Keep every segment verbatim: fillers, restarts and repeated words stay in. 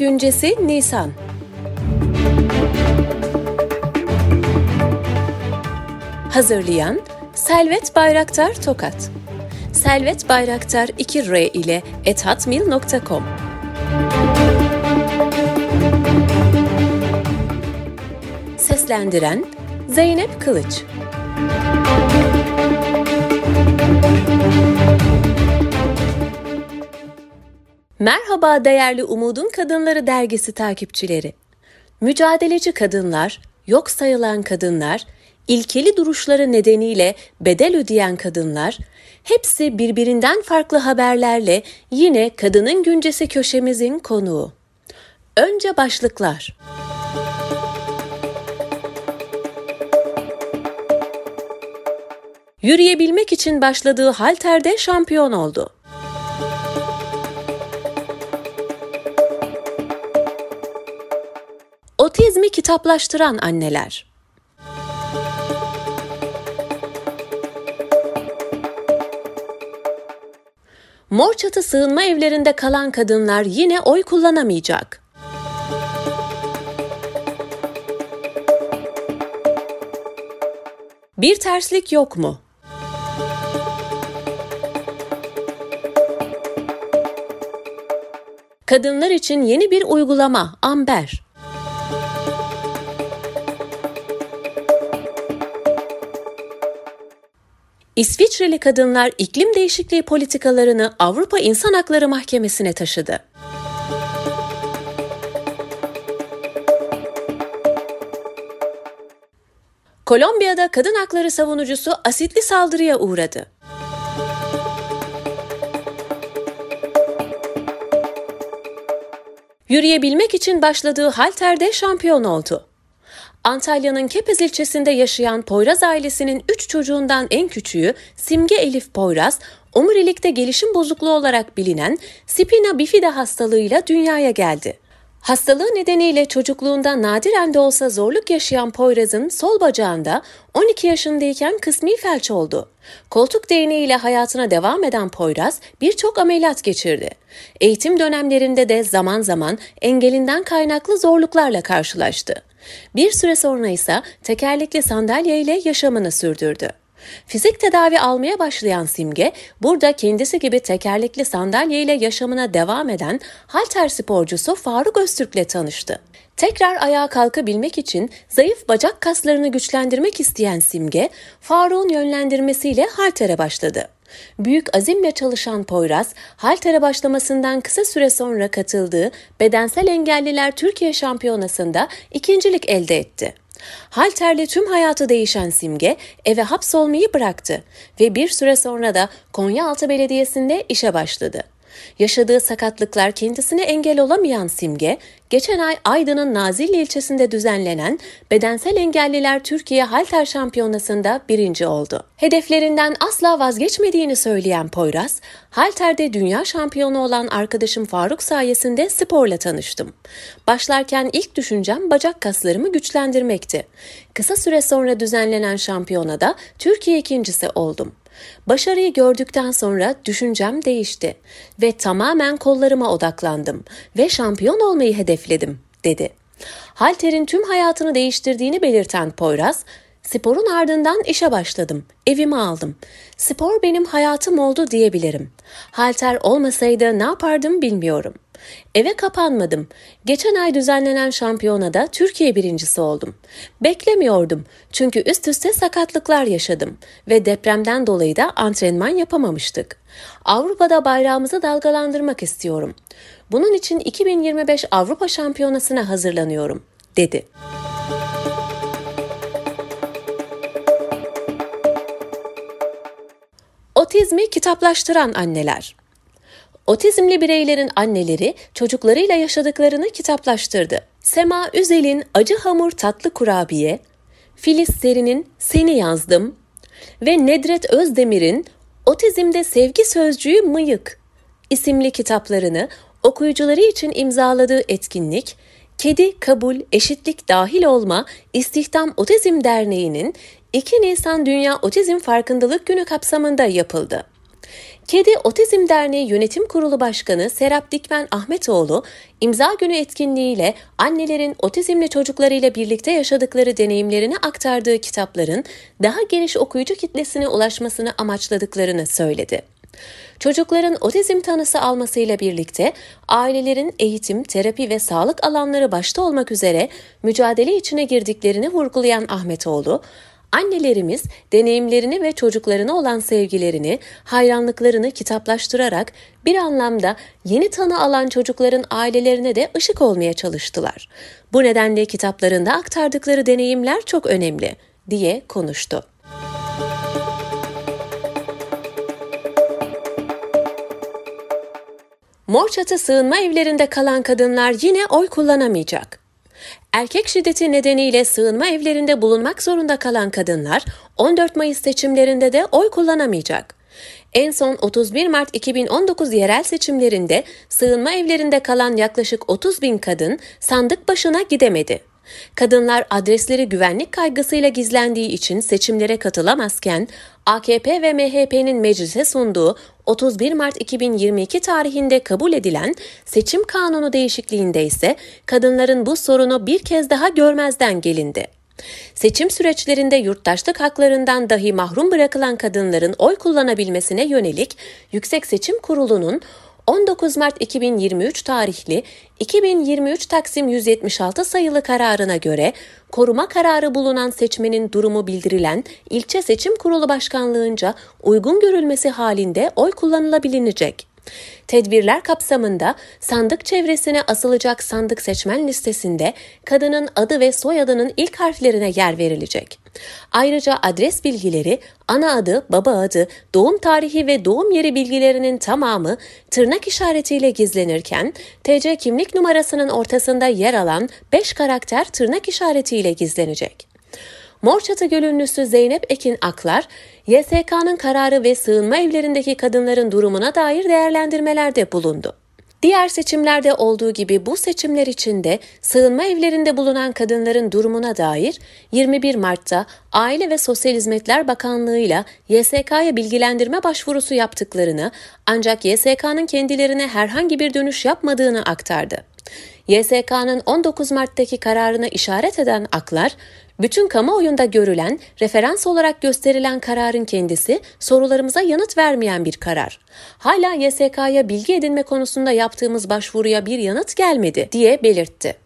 güncesi Nisan. Hazırlayan Selvet Bayraktar Tokat. Selvet Bayraktar iki R ile et hotmail nokta com. Seslendiren Zeynep Kılıç. Merhaba değerli Umudun Kadınları dergisi takipçileri. Mücadeleci kadınlar, yok sayılan kadınlar, ilkeli duruşları nedeniyle bedel ödeyen kadınlar, hepsi birbirinden farklı haberlerle yine Kadının Güncesi köşemizin konuğu. Önce başlıklar. Yürüyebilmek için başladığı halterde şampiyon oldu. Otizmi kitaplaştıran anneler. Mor çatı sığınma evlerinde kalan kadınlar yine oy kullanamayacak. Bir terslik yok mu? Kadınlar için yeni bir uygulama, Amber. İsviçreli kadınlar iklim değişikliği politikalarını Avrupa İnsan Hakları Mahkemesi'ne taşıdı. Kolombiya'da kadın hakları savunucusu asitli saldırıya uğradı. Yürüyebilmek için başladığı halterde şampiyon oldu. Antalya'nın Kepez ilçesinde yaşayan Poyraz ailesinin üç çocuğundan en küçüğü Simge Elif Poyraz, omurilikte gelişim bozukluğu olarak bilinen spina bifida hastalığıyla dünyaya geldi. Hastalığı nedeniyle çocukluğunda nadiren de olsa zorluk yaşayan Poyraz'ın sol bacağında on iki yaşındayken kısmi felç oldu. Koltuk değneğiyle hayatına devam eden Poyraz birçok ameliyat geçirdi. Eğitim dönemlerinde de zaman zaman engelinden kaynaklı zorluklarla karşılaştı. Bir süre sonra ise tekerlekli sandalyeyle yaşamını sürdürdü. Fizik tedavi almaya başlayan Simge, burada kendisi gibi tekerlekli sandalyeyle yaşamına devam eden halter sporcusu Faruk Öztürk'le tanıştı. Tekrar ayağa kalkabilmek için zayıf bacak kaslarını güçlendirmek isteyen Simge, Faruk'un yönlendirmesiyle haltere başladı. Büyük azimle çalışan Poyraz, haltere başlamasından kısa süre sonra katıldığı Bedensel Engelliler Türkiye Şampiyonası'nda ikincilik elde etti. Halterle tüm hayatı değişen Simge eve hapsolmayı bıraktı ve bir süre sonra da Konyaaltı Belediyesi'nde işe başladı. Yaşadığı sakatlıklar kendisine engel olamayan Simge, geçen ay Aydın'ın Nazilli ilçesinde düzenlenen Bedensel Engelliler Türkiye Halter Şampiyonası'nda birinci oldu. Hedeflerinden asla vazgeçmediğini söyleyen Poyraz, halterde dünya şampiyonu olan arkadaşım Faruk sayesinde sporla tanıştım. Başlarken ilk düşüncem bacak kaslarımı güçlendirmekti. Kısa süre sonra düzenlenen şampiyonada Türkiye ikincisi oldum. Başarıyı gördükten sonra düşüncem değişti ve tamamen kollarıma odaklandım ve şampiyon olmayı hedefledim, dedi. Halterin tüm hayatını değiştirdiğini belirten Poyraz, sporun ardından işe başladım, evimi aldım. Spor benim hayatım oldu diyebilirim. Halter olmasaydı ne yapardım bilmiyorum. Eve kapanmadım. Geçen ay düzenlenen şampiyonada Türkiye birincisi oldum. Beklemiyordum çünkü üst üste sakatlıklar yaşadım ve depremden dolayı da antrenman yapamamıştık. Avrupa'da bayrağımızı dalgalandırmak istiyorum. Bunun için iki bin yirmi beş Avrupa Şampiyonası'na hazırlanıyorum, dedi. Otizmi kitaplaştıran anneler. Otizmli bireylerin anneleri çocuklarıyla yaşadıklarını kitaplaştırdı. Sema Üzel'in Acı Hamur Tatlı Kurabiye, Filiz Seri'nin Seni Yazdım ve Nedret Özdemir'in Otizmde Sevgi Sözcüğü Mıyık isimli kitaplarını okuyucuları için imzaladığı etkinlik, Kedi Kabul Eşitlik Dahil Olma İstihdam Otizm Derneği'nin iki Nisan Dünya Otizm Farkındalık Günü kapsamında yapıldı. Kedi Otizm Derneği Yönetim Kurulu Başkanı Serap Dikmen Ahmetoğlu, imza günü etkinliğiyle annelerin otizmli çocuklarıyla birlikte yaşadıkları deneyimlerini aktardığı kitapların daha geniş okuyucu kitlesine ulaşmasını amaçladıklarını söyledi. Çocukların otizm tanısı almasıyla birlikte ailelerin eğitim, terapi ve sağlık alanları başta olmak üzere mücadele içine girdiklerini vurgulayan Ahmetoğlu, annelerimiz deneyimlerini ve çocuklarına olan sevgilerini, hayranlıklarını kitaplaştırarak bir anlamda yeni tanı alan çocukların ailelerine de ışık olmaya çalıştılar. Bu nedenle kitaplarında aktardıkları deneyimler çok önemli, diye konuştu. Morçatı sığınma evlerinde kalan kadınlar yine oy kullanamayacak. Erkek şiddeti nedeniyle sığınma evlerinde bulunmak zorunda kalan kadınlar on dört Mayıs seçimlerinde de oy kullanamayacak. En son otuz bir Mart iki bin on dokuz yerel seçimlerinde sığınma evlerinde kalan yaklaşık otuz bin kadın sandık başına gidemedi. Kadınlar adresleri güvenlik kaygısıyla gizlendiği için seçimlere katılamazken, A K P ve M H P'nin meclise sunduğu otuz bir Mart iki bin yirmi iki tarihinde kabul edilen seçim kanunu değişikliğinde ise kadınların bu sorunu bir kez daha görmezden gelindi. Seçim süreçlerinde yurttaşlık haklarından dahi mahrum bırakılan kadınların oy kullanabilmesine yönelik Yüksek Seçim Kurulu'nun on dokuz Mart iki bin yirmi üç tarihli iki bin yirmi üç Taksim yüz yetmiş altı sayılı kararına göre koruma kararı bulunan seçmenin durumu bildirilen ilçe seçim kurulu başkanlığınca uygun görülmesi halinde oy kullanılabilinecek. Tedbirler kapsamında sandık çevresine asılacak sandık seçmen listesinde kadının adı ve soyadının ilk harflerine yer verilecek. Ayrıca adres bilgileri, ana adı, baba adı, doğum tarihi ve doğum yeri bilgilerinin tamamı tırnak işaretiyle gizlenirken, T C kimlik numarasının ortasında yer alan beş karakter tırnak işaretiyle gizlenecek. Morçatı gönüllüsü Zeynep Ekin Aklar, Y S K'nın kararı ve sığınma evlerindeki kadınların durumuna dair değerlendirmelerde bulundu. Diğer seçimlerde olduğu gibi bu seçimler için de sığınma evlerinde bulunan kadınların durumuna dair yirmi bir Mart'ta Aile ve Sosyal Hizmetler Bakanlığı'yla Y S K'ya bilgilendirme başvurusu yaptıklarını, ancak Y S K'nın kendilerine herhangi bir dönüş yapmadığını aktardı. Y S K'nın on dokuz Mart'taki kararına işaret eden Aklar, bütün kamuoyunda görülen, referans olarak gösterilen kararın kendisi sorularımıza yanıt vermeyen bir karar. Hala Y S K'ya bilgi edinme konusunda yaptığımız başvuruya bir yanıt gelmedi, diye belirtti.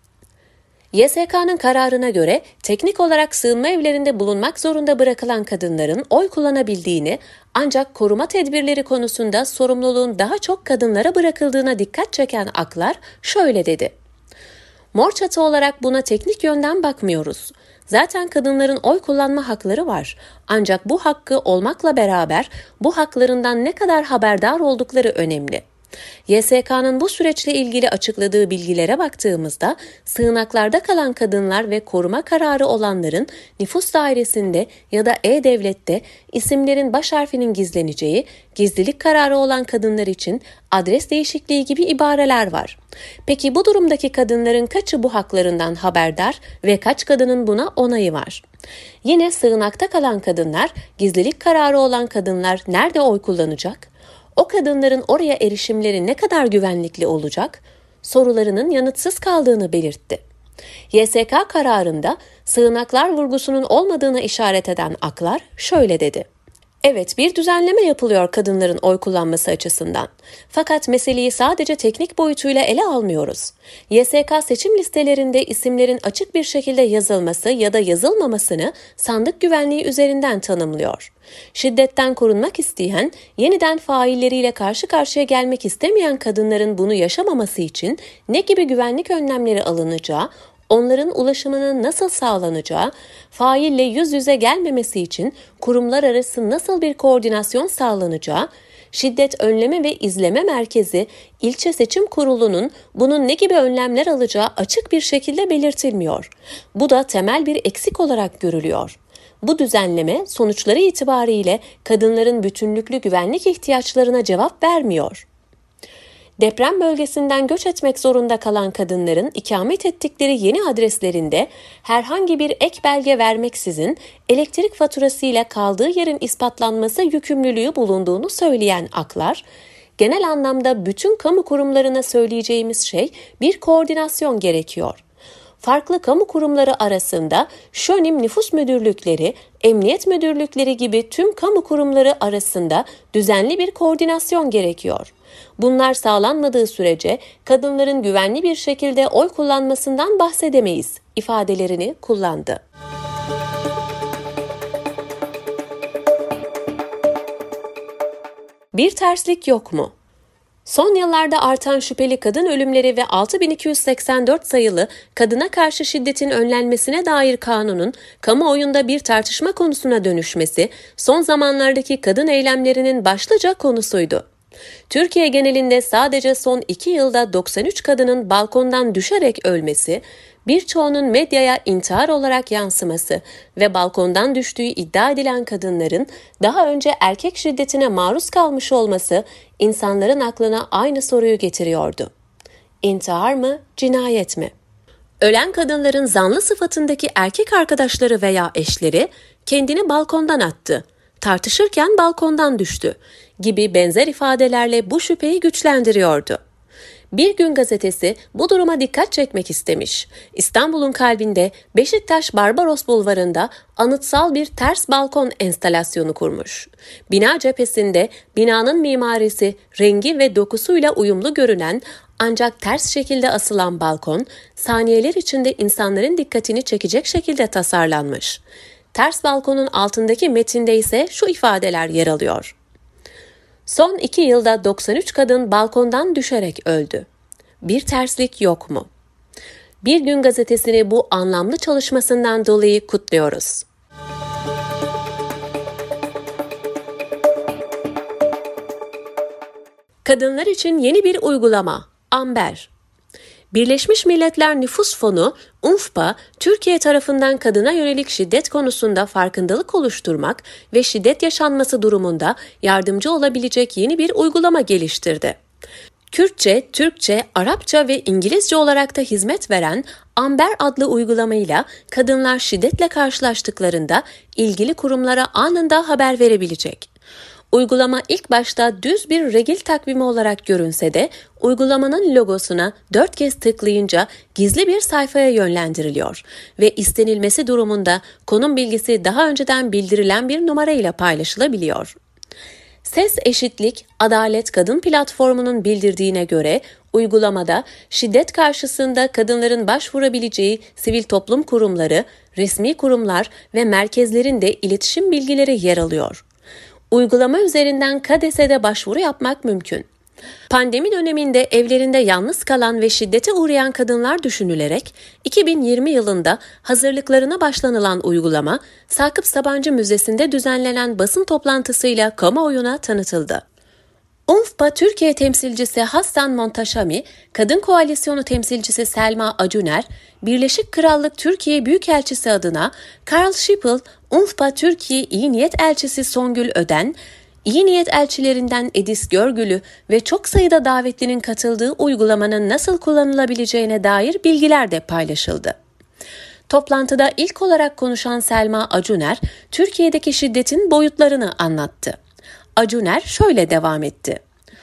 Y S K'nın kararına göre teknik olarak sığınma evlerinde bulunmak zorunda bırakılan kadınların oy kullanabildiğini, ancak koruma tedbirleri konusunda sorumluluğun daha çok kadınlara bırakıldığına dikkat çeken Aklar şöyle dedi: "Morçatı olarak buna teknik yönden bakmıyoruz. Zaten kadınların oy kullanma hakları var. Ancak bu hakkı olmakla beraber bu haklarından ne kadar haberdar oldukları önemli. Y S K'nın bu süreçle ilgili açıkladığı bilgilere baktığımızda sığınaklarda kalan kadınlar ve koruma kararı olanların nüfus dairesinde ya da E-Devlet'te isimlerin baş harfinin gizleneceği, gizlilik kararı olan kadınlar için adres değişikliği gibi ibareler var. Peki bu durumdaki kadınların kaçı bu haklarından haberdar ve kaç kadının buna onayı var? Yine sığınakta kalan kadınlar, gizlilik kararı olan kadınlar nerede oy kullanacak? O kadınların oraya erişimleri ne kadar güvenlikli olacak? Sorularının yanıtsız kaldığını belirtti. Y S K kararında sığınaklar vurgusunun olmadığına işaret eden Aklar şöyle dedi: "Evet, bir düzenleme yapılıyor kadınların oy kullanması açısından. Fakat meseleyi sadece teknik boyutuyla ele almıyoruz. Y S K seçim listelerinde isimlerin açık bir şekilde yazılması ya da yazılmamasını sandık güvenliği üzerinden tanımlıyor. Şiddetten korunmak isteyen, yeniden failleriyle karşı karşıya gelmek istemeyen kadınların bunu yaşamaması için ne gibi güvenlik önlemleri alınacağı, onların ulaşımının nasıl sağlanacağı, faille yüz yüze gelmemesi için kurumlar arası nasıl bir koordinasyon sağlanacağı, Şiddet Önleme ve İzleme Merkezi, İlçe Seçim Kurulu'nun bunun ne gibi önlemler alacağı açık bir şekilde belirtilmiyor. Bu da temel bir eksik olarak görülüyor. Bu düzenleme sonuçları itibariyle kadınların bütünlüklü güvenlik ihtiyaçlarına cevap vermiyor." Deprem bölgesinden göç etmek zorunda kalan kadınların ikamet ettikleri yeni adreslerinde herhangi bir ek belge vermeksizin elektrik faturasıyla kaldığı yerin ispatlanması yükümlülüğü bulunduğunu söyleyen aklar, genel anlamda bütün kamu kurumlarına söyleyeceğimiz şey bir koordinasyon gerekiyor. Farklı kamu kurumları arasında şönim nüfus müdürlükleri, emniyet müdürlükleri gibi tüm kamu kurumları arasında düzenli bir koordinasyon gerekiyor. Bunlar sağlanmadığı sürece kadınların güvenli bir şekilde oy kullanmasından bahsedemeyiz ifadelerini kullandı. Bir terslik yok mu? Son yıllarda artan şüpheli kadın ölümleri ve altı bin iki yüz seksen dört sayılı kadına karşı şiddetin önlenmesine dair kanunun kamuoyunda bir tartışma konusuna dönüşmesi son zamanlardaki kadın eylemlerinin başlıca konusuydu. Türkiye genelinde sadece son iki yılda doksan üç kadının balkondan düşerek ölmesi, birçoğunun medyaya intihar olarak yansıması ve balkondan düştüğü iddia edilen kadınların daha önce erkek şiddetine maruz kalmış olması insanların aklına aynı soruyu getiriyordu. İntihar mı, cinayet mi? Ölen kadınların zanlı sıfatındaki erkek arkadaşları veya eşleri kendini balkondan attı, tartışırken balkondan düştü gibi benzer ifadelerle bu şüpheyi güçlendiriyordu. Bir Gün gazetesi bu duruma dikkat çekmek istemiş. İstanbul'un kalbinde Beşiktaş Barbaros Bulvarı'nda anıtsal bir ters balkon enstalasyonu kurmuş. Bina cephesinde binanın mimarisi, rengi ve dokusuyla uyumlu görünen ancak ters şekilde asılan balkon, saniyeler içinde insanların dikkatini çekecek şekilde tasarlanmış. Ters balkonun altındaki metinde ise şu ifadeler yer alıyor. Son iki yılda doksan üç kadın balkondan düşerek öldü. Bir terslik yok mu? Bir Gün gazetesini bu anlamlı çalışmasından dolayı kutluyoruz. Kadınlar için yeni bir uygulama, Amber. Birleşmiş Milletler Nüfus Fonu, UNFPA, Türkiye tarafından kadına yönelik şiddet konusunda farkındalık oluşturmak ve şiddet yaşanması durumunda yardımcı olabilecek yeni bir uygulama geliştirdi. Kürtçe, Türkçe, Arapça ve İngilizce olarak da hizmet veren Amber adlı uygulamayla kadınlar şiddetle karşılaştıklarında ilgili kurumlara anında haber verebilecek. Uygulama ilk başta düz bir regil takvimi olarak görünse de uygulamanın logosuna dört kez tıklayınca gizli bir sayfaya yönlendiriliyor ve istenilmesi durumunda konum bilgisi daha önceden bildirilen bir numara ile paylaşılabiliyor. Ses Eşitlik, Adalet Kadın Platformu'nun bildirdiğine göre uygulamada şiddet karşısında kadınların başvurabileceği sivil toplum kurumları, resmi kurumlar ve merkezlerin de iletişim bilgileri yer alıyor. Uygulama üzerinden KADES'e başvuru yapmak mümkün. Pandemi döneminde evlerinde yalnız kalan ve şiddete uğrayan kadınlar düşünülerek iki bin yirmi yılında hazırlıklarına başlanılan uygulama, Sakıp Sabancı Müzesi'nde düzenlenen basın toplantısıyla kamuoyuna tanıtıldı. UNFPA Türkiye temsilcisi Hassan Montaşami, Kadın Koalisyonu temsilcisi Selma Acuner, Birleşik Krallık Türkiye Büyükelçisi adına Karl Schippel, UNFPA Türkiye İyi Niyet Elçisi Songül Öden, İyi Niyet Elçilerinden Edis Görgülü ve çok sayıda davetlinin katıldığı uygulamanın nasıl kullanılabileceğine dair bilgiler de paylaşıldı. Toplantıda ilk olarak konuşan Selma Acuner, Türkiye'deki şiddetin boyutlarını anlattı. Acuner şöyle devam etti.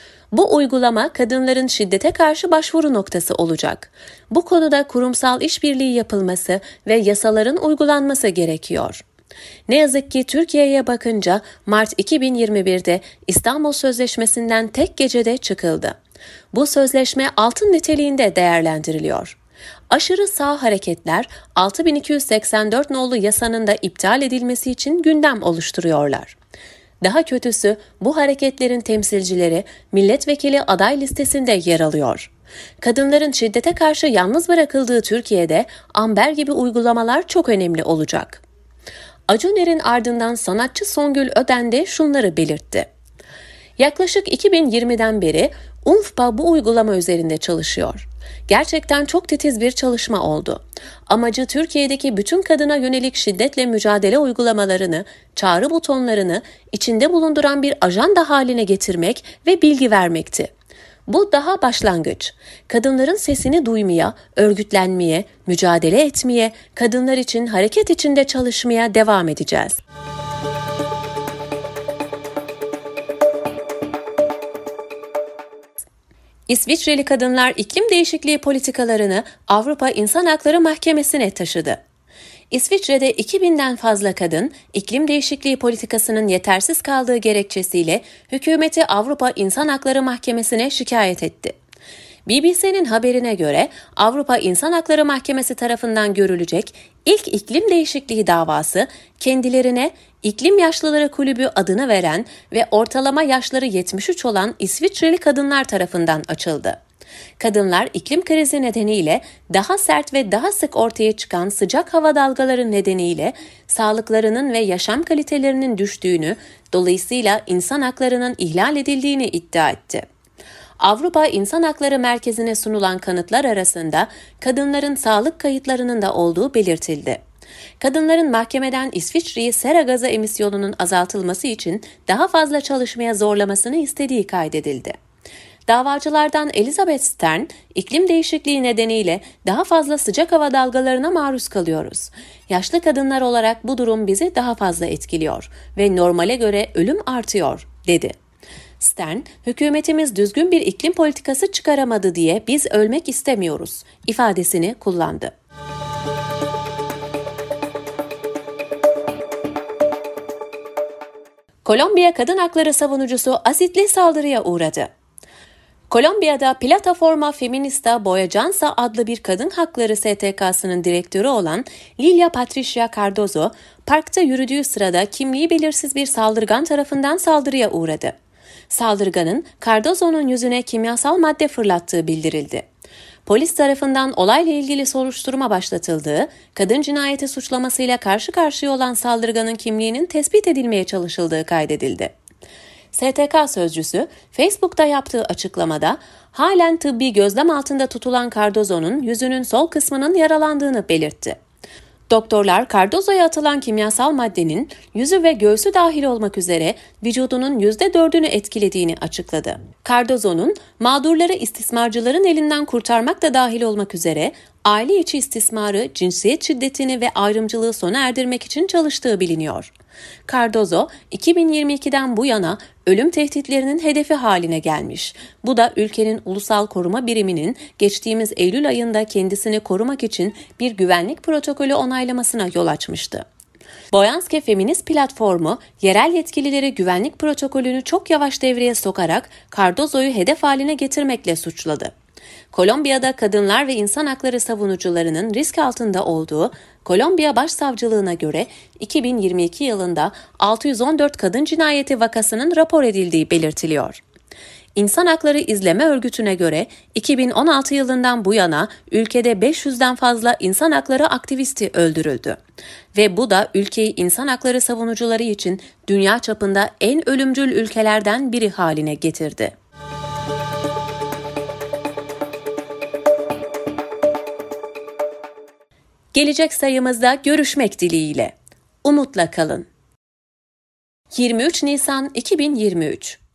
Bu uygulama kadınların şiddete karşı başvuru noktası olacak. Bu konuda kurumsal işbirliği yapılması ve yasaların uygulanması gerekiyor. Ne yazık ki Türkiye'ye bakınca Mart iki bin yirmi birde İstanbul Sözleşmesi'nden tek gecede çıkıldı. Bu sözleşme altın niteliğinde değerlendiriliyor. Aşırı sağ hareketler altı bin iki yüz seksen dört nolu yasanın da iptal edilmesi için gündem oluşturuyorlar. Daha kötüsü bu hareketlerin temsilcileri milletvekili aday listesinde yer alıyor. Kadınların şiddete karşı yalnız bırakıldığı Türkiye'de Amber gibi uygulamalar çok önemli olacak. Acuner'in ardından sanatçı Songül Öden de şunları belirtti. Yaklaşık iki bin yirmiden beri UNFPA bu uygulama üzerinde çalışıyor. Gerçekten çok titiz bir çalışma oldu. Amacı Türkiye'deki bütün kadına yönelik şiddetle mücadele uygulamalarını, çağrı butonlarını içinde bulunduran bir ajanda haline getirmek ve bilgi vermekti. Bu daha başlangıç. Kadınların sesini duymaya, örgütlenmeye, mücadele etmeye, kadınlar için hareket içinde çalışmaya devam edeceğiz. İsviçreli kadınlar iklim değişikliği politikalarını Avrupa İnsan Hakları Mahkemesi'ne taşıdı. İsviçre'de iki binden fazla kadın, iklim değişikliği politikasının yetersiz kaldığı gerekçesiyle hükümeti Avrupa İnsan Hakları Mahkemesi'ne şikayet etti. B B C'nin haberine göre Avrupa İnsan Hakları Mahkemesi tarafından görülecek ilk iklim değişikliği davası kendilerine İklim Yaşlıları Kulübü adını veren ve ortalama yaşları yetmiş üç olan İsviçreli kadınlar tarafından açıldı. Kadınlar iklim krizi nedeniyle daha sert ve daha sık ortaya çıkan sıcak hava dalgaları nedeniyle sağlıklarının ve yaşam kalitelerinin düştüğünü, dolayısıyla insan haklarının ihlal edildiğini iddia etti. Avrupa İnsan Hakları Merkezi'ne sunulan kanıtlar arasında kadınların sağlık kayıtlarının da olduğu belirtildi. Kadınların mahkemeden İsviçre'yi sera gazı emisyonunun azaltılması için daha fazla çalışmaya zorlamasını istediği kaydedildi. Davacılardan Elizabeth Stern, iklim değişikliği nedeniyle daha fazla sıcak hava dalgalarına maruz kalıyoruz. Yaşlı kadınlar olarak bu durum bizi daha fazla etkiliyor ve normale göre ölüm artıyor, dedi. Stern, hükümetimiz düzgün bir iklim politikası çıkaramadı diye biz ölmek istemiyoruz ifadesini kullandı. Kolombiya kadın hakları savunucusu asitli saldırıya uğradı. Kolombiya'da Plataforma Feminista Boyacansa adlı bir kadın hakları S T K'sının direktörü olan Lilia Patricia Cardozo, parkta yürüdüğü sırada kimliği belirsiz bir saldırgan tarafından saldırıya uğradı. Saldırganın Cardozo'nun yüzüne kimyasal madde fırlattığı bildirildi. Polis tarafından olayla ilgili soruşturma başlatıldığı, kadın cinayeti suçlamasıyla karşı karşıya olan saldırganın kimliğinin tespit edilmeye çalışıldığı kaydedildi. S T K sözcüsü Facebook'ta yaptığı açıklamada halen tıbbi gözlem altında tutulan Cardozo'nun yüzünün sol kısmının yaralandığını belirtti. Doktorlar Cardozo'ya atılan kimyasal maddenin yüzü ve göğsü dahil olmak üzere vücudunun yüzde dördünü etkilediğini açıkladı. Cardozo'nun mağdurları istismarcıların elinden kurtarmak da dahil olmak üzere aile içi istismarı, cinsiyet şiddetini ve ayrımcılığı sona erdirmek için çalıştığı biliniyor. Cardozo, iki bin yirmi ikiden bu yana ölüm tehditlerinin hedefi haline gelmiş. Bu da ülkenin ulusal koruma biriminin geçtiğimiz Eylül ayında kendisini korumak için bir güvenlik protokolü onaylamasına yol açmıştı. Boyanske Feminist Platformu, yerel yetkilileri güvenlik protokolünü çok yavaş devreye sokarak Cardozo'yu hedef haline getirmekle suçladı. Kolombiya'da kadınlar ve insan hakları savunucularının risk altında olduğu Kolombiya Başsavcılığına göre iki bin yirmi iki yılında altı yüz on dört kadın cinayeti vakasının rapor edildiği belirtiliyor. İnsan Hakları İzleme Örgütü'ne göre iki bin on altı yılından bu yana ülkede beş yüzden fazla insan hakları aktivisti öldürüldü. Ve bu da ülkeyi insan hakları savunucuları için dünya çapında en ölümcül ülkelerden biri haline getirdi. Gelecek sayımızda görüşmek dileğiyle. Umutla kalın. yirmi üç Nisan iki bin yirmi üç